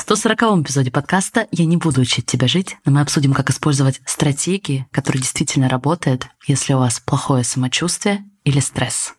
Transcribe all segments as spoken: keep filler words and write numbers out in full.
сто сороковом эпизоде подкаста «Я не буду учить тебя жить», но мы обсудим, как использовать стратегии, которые действительно работают, если у вас плохое самочувствие или стресс.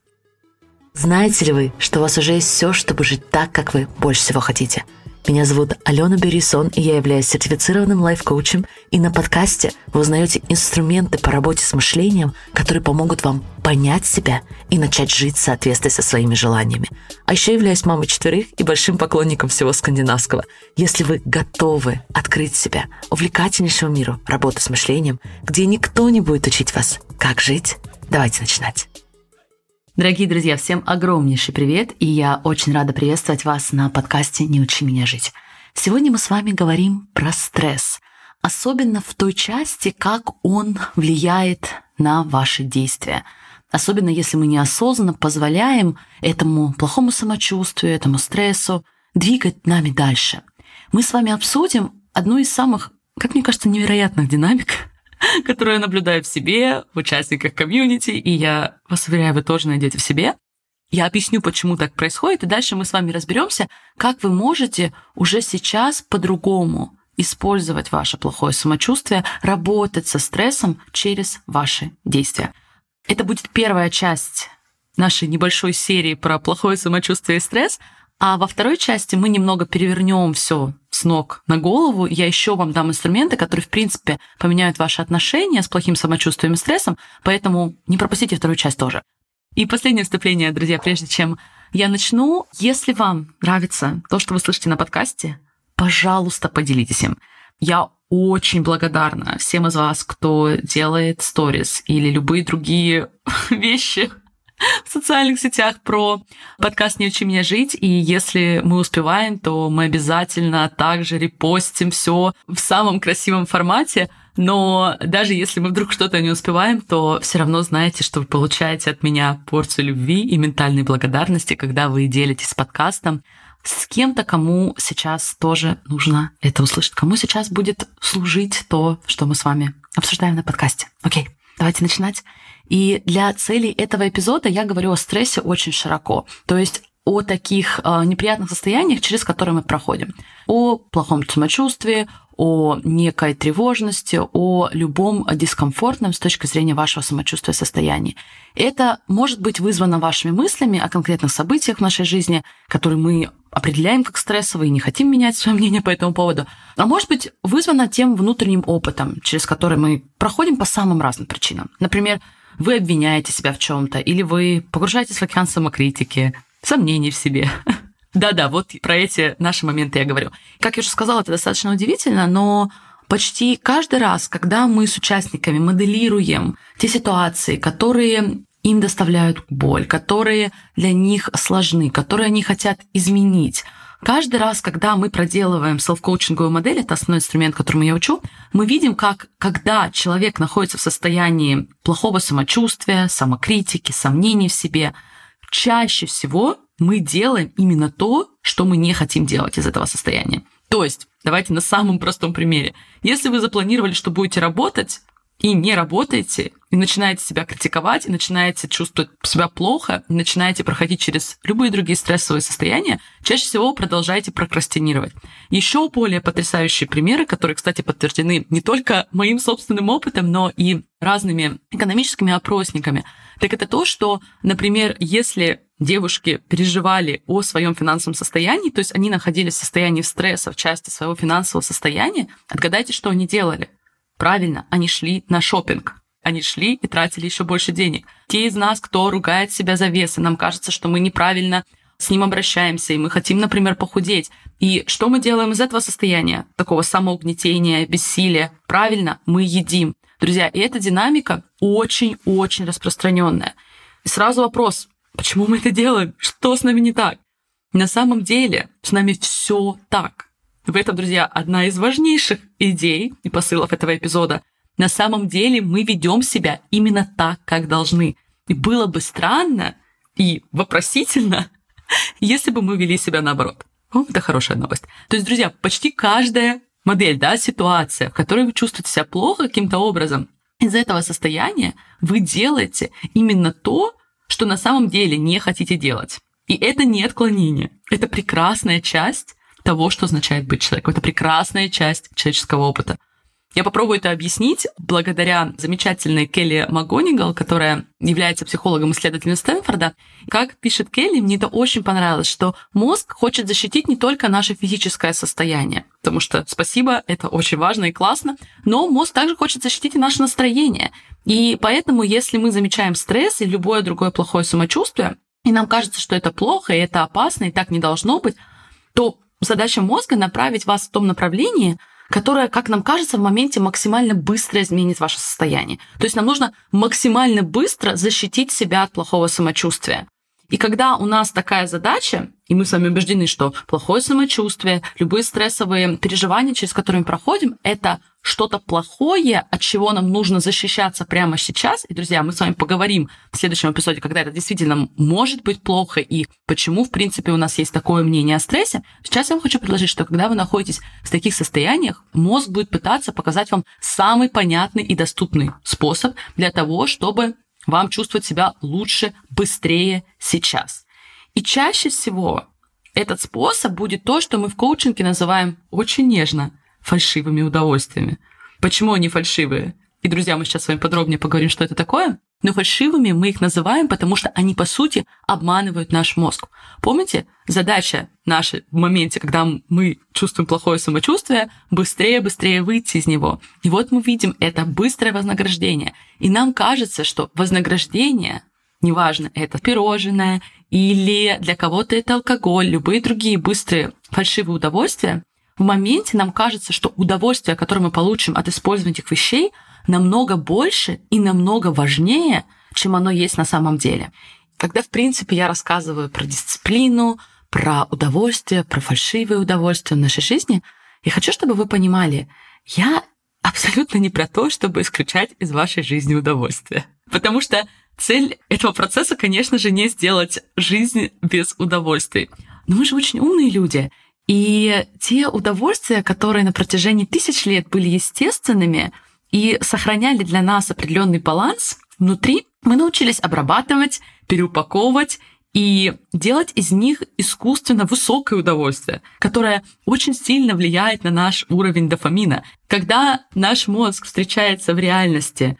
Знаете ли вы, что у вас уже есть все, чтобы жить так, как вы больше всего хотите? Меня зовут Алена Берисон, и я являюсь сертифицированным лайф-коучем, и на подкасте вы узнаете инструменты по работе с мышлением, которые помогут вам понять себя и начать жить в соответствии со своими желаниями. А еще являюсь мамой четверых и большим поклонником всего скандинавского. Если вы готовы открыть себя увлекательнейшему миру работы с мышлением, где никто не будет учить вас, как жить, давайте начинать. Дорогие друзья, всем огромнейший привет, и я очень рада приветствовать вас на подкасте «Не учи меня жить». Сегодня мы с вами говорим про стресс, особенно в той части, как он влияет на ваши действия. Особенно если мы неосознанно позволяем этому плохому самочувствию, этому стрессу двигать нами дальше. Мы с вами обсудим одну из самых, как мне кажется, невероятных динамик, которую я наблюдаю в себе, в участниках комьюнити, и я вас уверяю, вы тоже найдете в себе. Я объясню, почему так происходит, и дальше мы с вами разберемся, как вы можете уже сейчас по-другому использовать ваше плохое самочувствие, работать со стрессом через ваши действия. Это будет первая часть нашей небольшой серии про плохое самочувствие и стресс, а во второй части мы немного перевернем все с ног на голову. Я еще вам дам инструменты, которые, в принципе, поменяют ваши отношения с плохим самочувствием и стрессом, поэтому не пропустите вторую часть тоже. И последнее вступление, друзья, прежде чем я начну. Если вам нравится то, что вы слышите на подкасте, пожалуйста, поделитесь им. Я очень благодарна всем из вас, кто делает сторис или любые другие вещи в социальных сетях про подкаст «Не учи меня жить». И если мы успеваем, то мы обязательно также репостим все в самом красивом формате. Но даже если мы вдруг что-то не успеваем, то все равно знаете, что вы получаете от меня порцию любви и ментальной благодарности, когда вы делитесь подкастом с кем-то, кому сейчас тоже нужно это услышать, кому сейчас будет служить то, что мы с вами обсуждаем на подкасте. Окей, давайте начинать. И для целей этого эпизода я говорю о стрессе очень широко, то есть о таких э, неприятных состояниях, через которые мы проходим, о плохом самочувствии, о некой тревожности, о любом дискомфортном с точки зрения вашего самочувствия состоянии. Это может быть вызвано вашими мыслями о конкретных событиях в нашей жизни, которые мы определяем как стрессовые и не хотим менять свое мнение по этому поводу, а может быть вызвано тем внутренним опытом, через который мы проходим по самым разным причинам. Например, вы обвиняете себя в чем-то, или вы погружаетесь в океан самокритики, сомнений в себе. Да-да, вот про эти наши моменты я говорю. Как я уже сказала, это достаточно удивительно, но почти каждый раз, когда мы с участниками моделируем те ситуации, которые им доставляют боль, которые для них сложны, которые они хотят изменить, каждый раз, когда мы проделываем селф-коучинговую модель, это основной инструмент, которому я учу, мы видим, как когда человек находится в состоянии плохого самочувствия, самокритики, сомнений в себе, чаще всего мы делаем именно то, что мы не хотим делать из этого состояния. То есть, давайте на самом простом примере. Если вы запланировали, что будете работать, и не работаете, и начинаете себя критиковать, и начинаете чувствовать себя плохо, и начинаете проходить через любые другие стрессовые состояния, чаще всего продолжаете прокрастинировать. Еще более потрясающие примеры, которые, кстати, подтверждены не только моим собственным опытом, но и разными экономическими опросниками, так это то, что, например, если девушки переживали о своем финансовом состоянии, то есть они находились в состоянии стресса в части своего финансового состояния, отгадайте, что они делали? Правильно, они шли на шопинг. Они шли и тратили еще больше денег. Те из нас, кто ругает себя за вес, и нам кажется, что мы неправильно с ним обращаемся, и мы хотим, например, похудеть. И что мы делаем из этого состояния, такого самоугнетения, бессилия? Правильно, мы едим. Друзья, и эта динамика очень-очень распространенная. И сразу вопрос, почему мы это делаем? Что с нами не так? На самом деле с нами все так. В этом, друзья, одна из важнейших идей и посылов этого эпизода. На самом деле мы ведем себя именно так, как должны. И было бы странно и вопросительно, если бы мы вели себя наоборот. О, это хорошая новость. То есть, друзья, почти каждая модель, да, ситуация, в которой вы чувствуете себя плохо каким-то образом, из этого состояния вы делаете именно то, что на самом деле не хотите делать. И это не отклонение. Это прекрасная часть того, что означает быть человеком. Это прекрасная часть человеческого опыта. Я попробую это объяснить благодаря замечательной Келли МакГонигал, которая является психологом-исследователем Стэнфорда. Как пишет Келли, мне это очень понравилось, что мозг хочет защитить не только наше физическое состояние, потому что, спасибо, это очень важно и классно, но мозг также хочет защитить и наше настроение. И поэтому, если мы замечаем стресс или любое другое плохое самочувствие, и нам кажется, что это плохо, и это опасно, и так не должно быть, то задача мозга направить вас в том направлении, которая, как нам кажется, в моменте максимально быстро изменит ваше состояние. То есть нам нужно максимально быстро защитить себя от плохого самочувствия. И когда у нас такая задача, и мы с вами убеждены, что плохое самочувствие, любые стрессовые переживания, через которые мы проходим, это что-то плохое, от чего нам нужно защищаться прямо сейчас. И, друзья, мы с вами поговорим в следующем эпизоде, когда это действительно может быть плохо, и почему, в принципе, у нас есть такое мнение о стрессе. Сейчас я вам хочу предложить, что когда вы находитесь в таких состояниях, мозг будет пытаться показать вам самый понятный и доступный способ для того, чтобы вам чувствовать себя лучше, быстрее сейчас. И чаще всего этот способ будет то, что мы в коучинге называем очень нежно фальшивыми удовольствиями. Почему они фальшивые? И, друзья, мы сейчас с вами подробнее поговорим, что это такое. Но фальшивыми мы их называем, потому что они, по сути, обманывают наш мозг. Помните, задача наша в моменте, когда мы чувствуем плохое самочувствие, быстрее-быстрее выйти из него. И вот мы видим это быстрое вознаграждение. И нам кажется, что вознаграждение, неважно, это пирожное или для кого-то это алкоголь, любые другие быстрые фальшивые удовольствия, в моменте нам кажется, что удовольствие, которое мы получим от использования этих вещей, намного больше и намного важнее, чем оно есть на самом деле. Когда, в принципе, я рассказываю про дисциплину, про удовольствие, про фальшивые удовольствия в нашей жизни, я хочу, чтобы вы понимали, я абсолютно не про то, чтобы исключать из вашей жизни удовольствие. Потому что цель этого процесса, конечно же, не сделать жизнь без удовольствий. Но мы же очень умные люди, и те удовольствия, которые на протяжении тысяч лет были естественными и сохраняли для нас определенный баланс внутри, мы научились обрабатывать, переупаковывать и делать из них искусственно высокое удовольствие, которое очень сильно влияет на наш уровень дофамина. Когда наш мозг встречается в реальности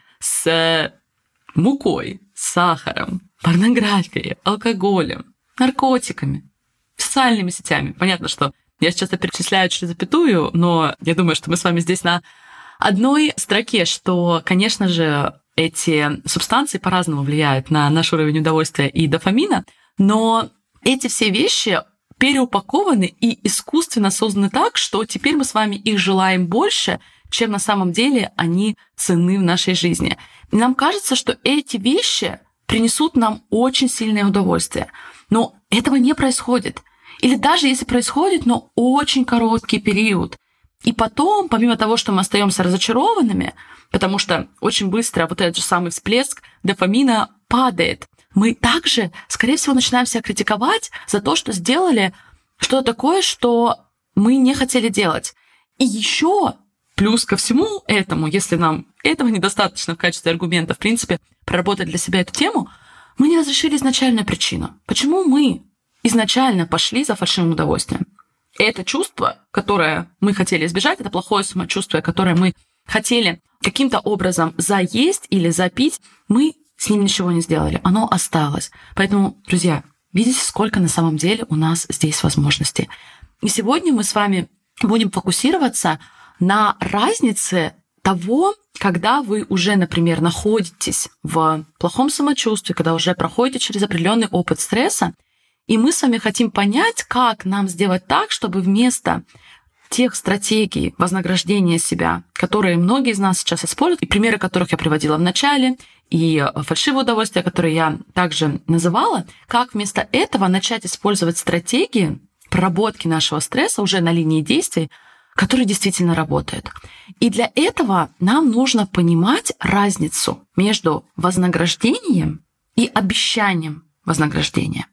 с мукой, сахаром, порнографией, алкоголем, наркотиками, социальными сетями. Понятно, что я сейчас это перечисляю через запятую, но я думаю, что мы с вами здесь на одной строке, что, конечно же, эти субстанции по-разному влияют на наш уровень удовольствия и дофамина, но эти все вещи переупакованы и искусственно созданы так, что теперь мы с вами их желаем больше, чем на самом деле они ценны в нашей жизни. И нам кажется, что эти вещи принесут нам очень сильное удовольствие. Но этого не происходит. Или даже если происходит, но очень короткий период. И потом, помимо того, что мы остаемся разочарованными, потому что очень быстро вот этот же самый всплеск дофамина падает, мы также, скорее всего, начинаем себя критиковать за то, что сделали что-то такое, что мы не хотели делать. И еще плюс ко всему этому, если нам этого недостаточно в качестве аргумента, в принципе, проработать для себя эту тему, мы не разрешили изначальную причину. Почему мы изначально пошли за фальшивым удовольствием? Это чувство, которое мы хотели избежать, это плохое самочувствие, которое мы хотели каким-то образом заесть или запить, мы с ним ничего не сделали, оно осталось. Поэтому, друзья, видите, сколько на самом деле у нас здесь возможностей. И сегодня мы с вами будем фокусироваться на разнице того, когда вы уже, например, находитесь в плохом самочувствии, когда уже проходите через определенный опыт стресса, и мы с вами хотим понять, как нам сделать так, чтобы вместо тех стратегий вознаграждения себя, которые многие из нас сейчас используют, и примеры которых я приводила в начале, и фальшивое удовольствие, которые я также называла, как вместо этого начать использовать стратегии проработки нашего стресса уже на линии действий, которые действительно работают. И для этого нам нужно понимать разницу между вознаграждением и обещанием вознаграждения.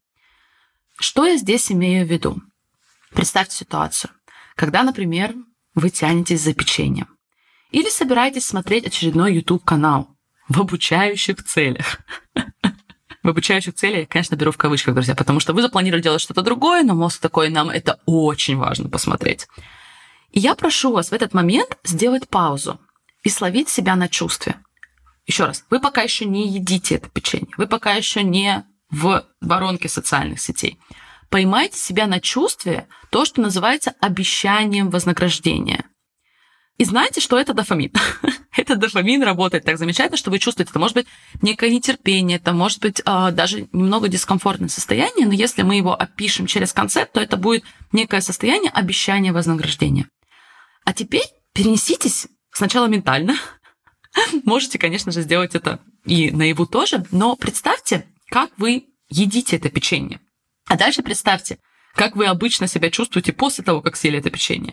Что я здесь имею в виду? Представьте ситуацию, когда, например, вы тянетесь за печеньем или собираетесь смотреть очередной YouTube-канал в обучающих целях. В в обучающих целях, конечно, беру в кавычках, друзья, потому что вы запланировали делать что-то другое, но мозг такой, нам это очень важно посмотреть. И я прошу вас в этот момент сделать паузу и словить себя на чувстве. Еще раз, вы пока еще не едите это печенье, вы пока еще не в воронке социальных сетей. Поймайте себя на чувстве то, что называется обещанием вознаграждения. И знаете, что это дофамин. Этот дофамин работает так замечательно, что вы чувствуете. Это может быть некое нетерпение, это может быть э, даже немного дискомфортное состояние, но если мы его опишем через концепт, то это будет некое состояние обещания вознаграждения. А теперь перенеситесь сначала ментально. Можете, конечно же, сделать это и наяву тоже, но представьте, как вы едите это печенье. А дальше представьте, как вы обычно себя чувствуете после того, как съели это печенье.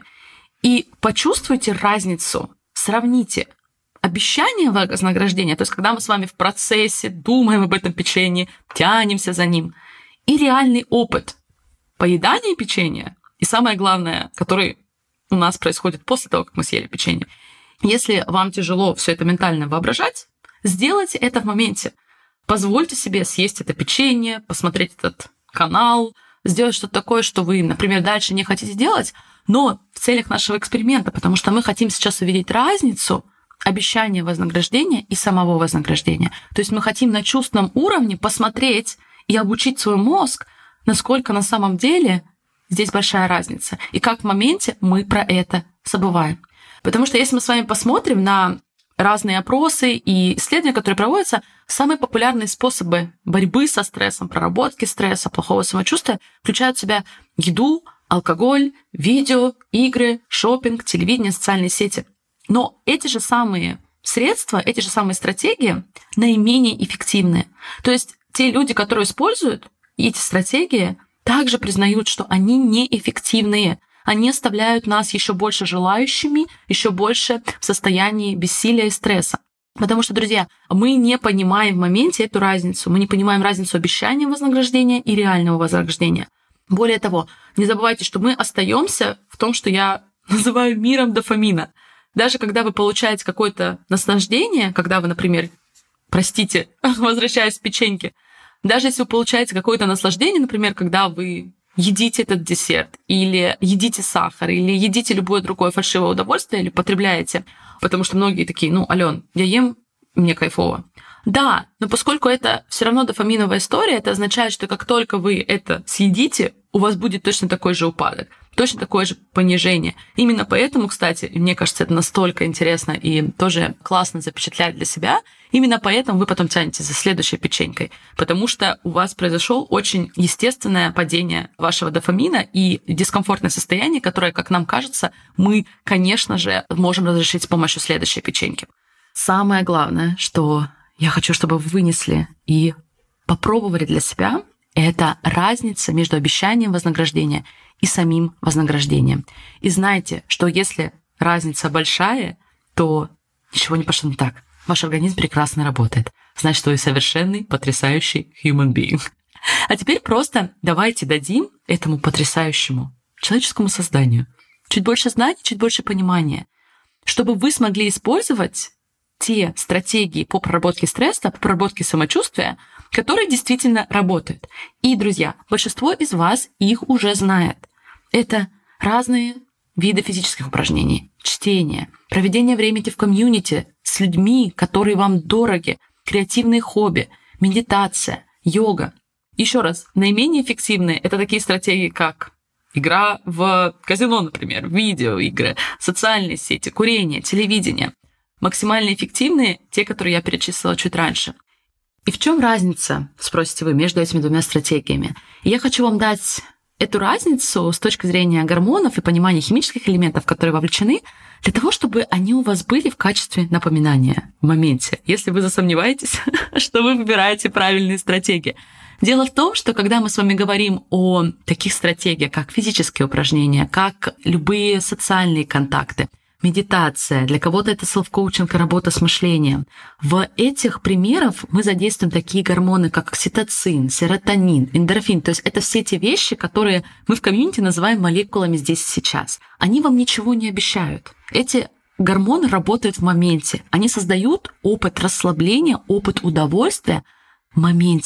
И почувствуйте разницу, сравните обещание вознаграждения, то есть когда мы с вами в процессе думаем об этом печенье, тянемся за ним, и реальный опыт поедания печенья, и самое главное, который у нас происходит после того, как мы съели печенье. Если вам тяжело все это ментально воображать, сделайте это в моменте. Позвольте себе съесть это печенье, посмотреть этот канал, сделать что-то такое, что вы, например, дальше не хотите делать, но в целях нашего эксперимента, потому что мы хотим сейчас увидеть разницу обещания вознаграждения и самого вознаграждения. То есть мы хотим на чувственном уровне посмотреть и обучить свой мозг, насколько на самом деле здесь большая разница. И как в моменте мы про это забываем. Потому что если мы с вами посмотрим на разные опросы и исследования, которые проводятся, самые популярные способы борьбы со стрессом, проработки стресса, плохого самочувствия включают в себя еду, алкоголь, видео, игры, шопинг, телевидение, социальные сети. Но эти же самые средства, эти же самые стратегии наименее эффективные. То есть те люди, которые используют эти стратегии, также признают, что они неэффективные. Они оставляют нас еще больше желающими, еще больше в состоянии бессилия и стресса. Потому что, друзья, мы не понимаем в моменте эту разницу. Мы не понимаем разницу обещания вознаграждения и реального вознаграждения. Более того, не забывайте, что мы остаемся в том, что я называю миром дофамина. Даже когда вы получаете какое-то наслаждение, когда вы, например, простите, возвращаясь к печеньке, даже если вы получаете какое-то наслаждение, например, когда вы едите этот десерт, или едите сахар, или едите любое другое фальшивое удовольствие, или потребляете, потому что многие такие, ну, Алён, я ем, мне кайфово. Да, но поскольку это все равно дофаминовая история, это означает, что как только вы это съедите, у вас будет точно такой же упадок, точно такое же понижение. Именно поэтому, кстати, мне кажется, это настолько интересно и тоже классно запечатлять для себя, именно поэтому вы потом тянете за следующей печенькой, потому что у вас произошло очень естественное падение вашего дофамина и дискомфортное состояние, которое, как нам кажется, мы, конечно же, можем разрешить с помощью следующей печеньки. Самое главное, что я хочу, чтобы вы вынесли и попробовали для себя, это разница между обещанием вознаграждения и самим вознаграждением. И знайте, что если разница большая, то ничего не пошло не так. Ваш организм прекрасно работает. Значит, вы совершенный, потрясающий human being. А теперь просто давайте дадим этому потрясающему человеческому созданию чуть больше знаний, чуть больше понимания, чтобы вы смогли использовать те стратегии по проработке стресса, по проработке самочувствия, которые действительно работают. И, друзья, большинство из вас их уже знает. Это разные виды физических упражнений, чтение, проведение времени в комьюнити с людьми, которые вам дороги, креативные хобби, медитация, йога. Еще раз, наименее эффективные — это такие стратегии, как игра в казино, например, видеоигры, социальные сети, курение, телевидение. Максимально эффективные — те, которые я перечислила чуть раньше. И в чем разница, спросите вы, между этими двумя стратегиями? И я хочу вам дать эту разницу с точки зрения гормонов и понимания химических элементов, которые вовлечены, для того, чтобы они у вас были в качестве напоминания в моменте, если вы засомневаетесь, что вы выбираете правильные стратегии. Дело в том, что когда мы с вами говорим о таких стратегиях, как физические упражнения, как любые социальные контакты, медитация, для кого-то это селф-коучинг и работа с мышлением. В этих примерах мы задействуем такие гормоны, как окситоцин, серотонин, эндорфин. То есть это все те вещи, которые мы в комьюнити называем молекулами здесь и сейчас. Они вам ничего не обещают. Эти гормоны работают в моменте. Они создают опыт расслабления, опыт удовольствия в моменте.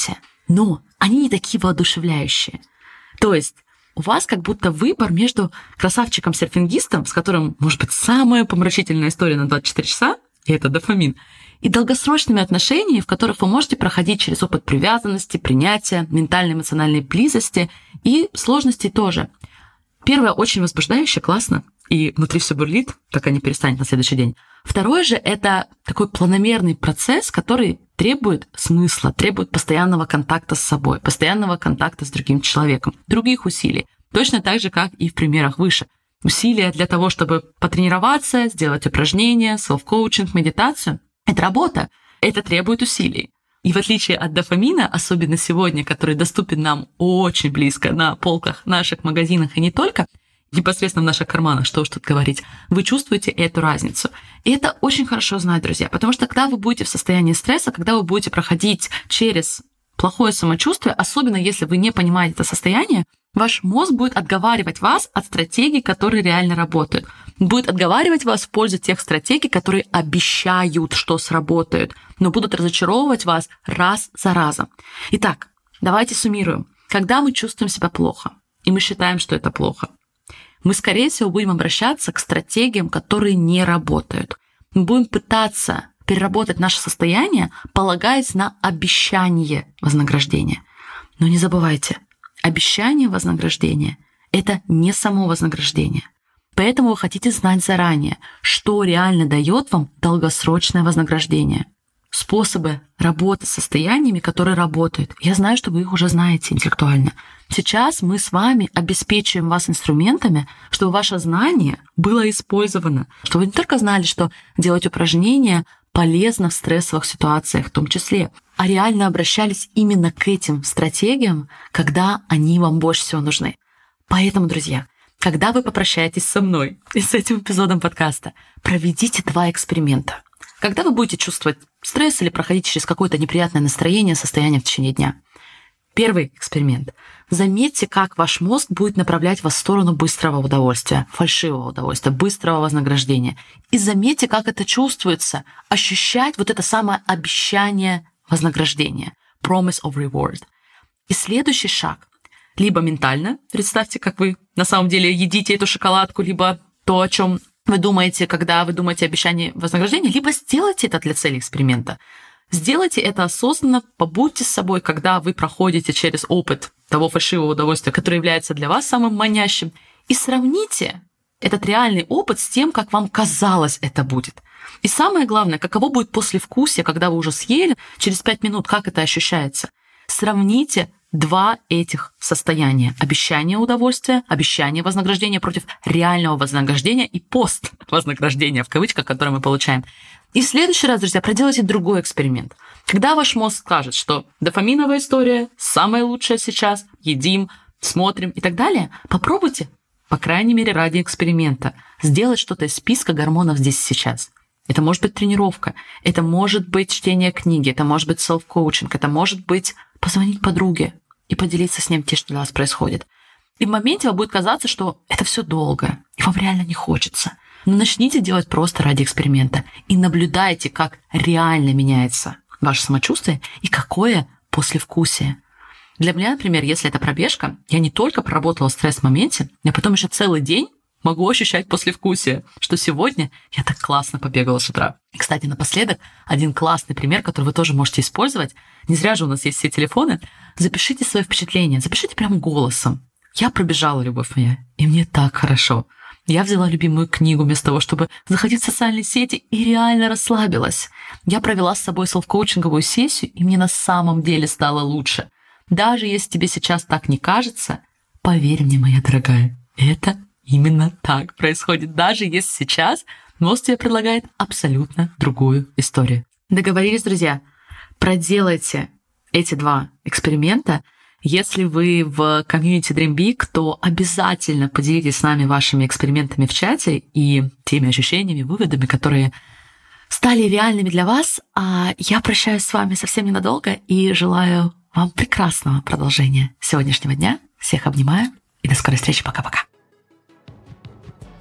но они не такие воодушевляющие. То есть у вас как будто выбор между красавчиком-серфингистом, с которым, может быть, самая помрачительная история на двадцать четыре часа, и это дофамин, и долгосрочными отношениями, в которых вы можете проходить через опыт привязанности, принятия, ментальной эмоциональной близости и сложностей тоже. Первое очень возбуждающе, классно, и внутри все бурлит, пока не перестанет на следующий день. Второе же — это такой планомерный процесс, который требует смысла, требует постоянного контакта с собой, постоянного контакта с другим человеком, других усилий. Точно так же, как и в примерах выше. Усилия для того, чтобы потренироваться, сделать упражнения, селф-коучинг, медитацию — это работа, это требует усилий. И в отличие от дофамина, особенно сегодня, который доступен нам очень близко на полках наших магазинах и не только, непосредственно в наших карманах, что уж тут говорить, вы чувствуете эту разницу. И это очень хорошо знать, друзья, потому что когда вы будете в состоянии стресса, когда вы будете проходить через плохое самочувствие, особенно если вы не понимаете это состояние, ваш мозг будет отговаривать вас от стратегий, которые реально работают. Будет отговаривать вас в пользу тех стратегий, которые обещают, что сработают, но будут разочаровывать вас раз за разом. Итак, давайте суммируем. Когда мы чувствуем себя плохо, и мы считаем, что это плохо, мы, скорее всего, будем обращаться к стратегиям, которые не работают. Мы будем пытаться переработать наше состояние, полагаясь на обещание вознаграждения. Но не забывайте, обещание вознаграждения — это не само вознаграждение. Поэтому вы хотите знать заранее, что реально дает вам долгосрочное вознаграждение. Способы работы с состояниями, которые работают. Я знаю, что вы их уже знаете интеллектуально. Сейчас мы с вами обеспечиваем вас инструментами, чтобы ваше знание было использовано, чтобы вы не только знали, что делать упражнения полезно в стрессовых ситуациях в том числе, а реально обращались именно к этим стратегиям, когда они вам больше всего нужны. Поэтому, друзья, когда вы попрощаетесь со мной и с этим эпизодом подкаста, проведите два эксперимента. Когда вы будете чувствовать стресс или проходить через какое-то неприятное настроение, состояние в течение дня. Первый эксперимент. Заметьте, как ваш мозг будет направлять вас в сторону быстрого удовольствия, фальшивого удовольствия, быстрого вознаграждения. И заметьте, как это чувствуется, ощущать вот это самое обещание вознаграждения, promise of reward. И следующий шаг. Либо ментально, представьте, как вы на самом деле едите эту шоколадку, либо то, о чем вы думаете, когда вы думаете о обещании вознаграждения, либо сделайте это для цели эксперимента. Сделайте это осознанно, побудьте с собой, когда вы проходите через опыт того фальшивого удовольствия, которое является для вас самым манящим, и сравните этот реальный опыт с тем, как вам казалось это будет. И самое главное, каково будет послевкусие, когда вы уже съели, через пять минут, как это ощущается. Сравните два этих состояния. Обещание удовольствия, обещание вознаграждения против реального вознаграждения и пост вознаграждения, в кавычках, которое мы получаем. И в следующий раз, друзья, проделайте другой эксперимент. Когда ваш мозг скажет, что дофаминовая история самая лучшая сейчас, едим, смотрим и так далее, попробуйте, по крайней мере, ради эксперимента, сделать что-то из списка гормонов здесь и сейчас. Это может быть тренировка, это может быть чтение книги, это может быть селф-коучинг, это может быть позвонить подруге и поделиться с ним тем, что для вас происходит. И в моменте вам будет казаться, что это все долго, и вам реально не хочется. Но начните делать просто ради эксперимента и наблюдайте, как реально меняется ваше самочувствие и какое послевкусие. Для меня, например, если это пробежка, я не только проработала стресс в моменте, я потом еще целый день могу ощущать послевкусие, что сегодня я так классно побегала с утра. И, кстати, напоследок, один классный пример, который вы тоже можете использовать. Не зря же у нас есть все телефоны. Запишите свои впечатления, запишите прям голосом. Я пробежала, любовь моя, и мне так хорошо. Я взяла любимую книгу вместо того, чтобы заходить в социальные сети, и реально расслабилась. Я провела с собой селф-коучинговую сессию, и мне на самом деле стало лучше. Даже если тебе сейчас так не кажется, поверь мне, моя дорогая, это именно так происходит. Даже если сейчас мозг тебе предлагает абсолютно другую историю. Договорились, друзья? Проделайте эти два эксперимента. Если вы в комьюнити Dream Big, то обязательно поделитесь с нами вашими экспериментами в чате и теми ощущениями, выводами, которые стали реальными для вас. А я прощаюсь с вами совсем ненадолго и желаю вам прекрасного продолжения сегодняшнего дня. Всех обнимаю и до скорой встречи. Пока-пока.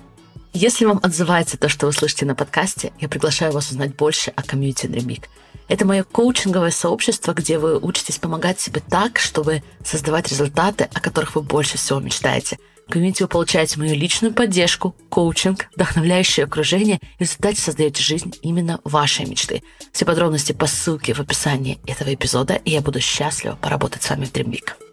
Если вам отзывается то, что вы слышите на подкасте, я приглашаю вас узнать больше о комьюнити Dream Big. Это мое коучинговое сообщество, где вы учитесь помогать себе так, чтобы создавать результаты, о которых вы больше всего мечтаете. В комьюнити вы получаете мою личную поддержку, коучинг, вдохновляющее окружение и в результате создаете жизнь именно вашей мечты. Все подробности по ссылке в описании этого эпизода, и я буду счастлива поработать с вами в Dream Big.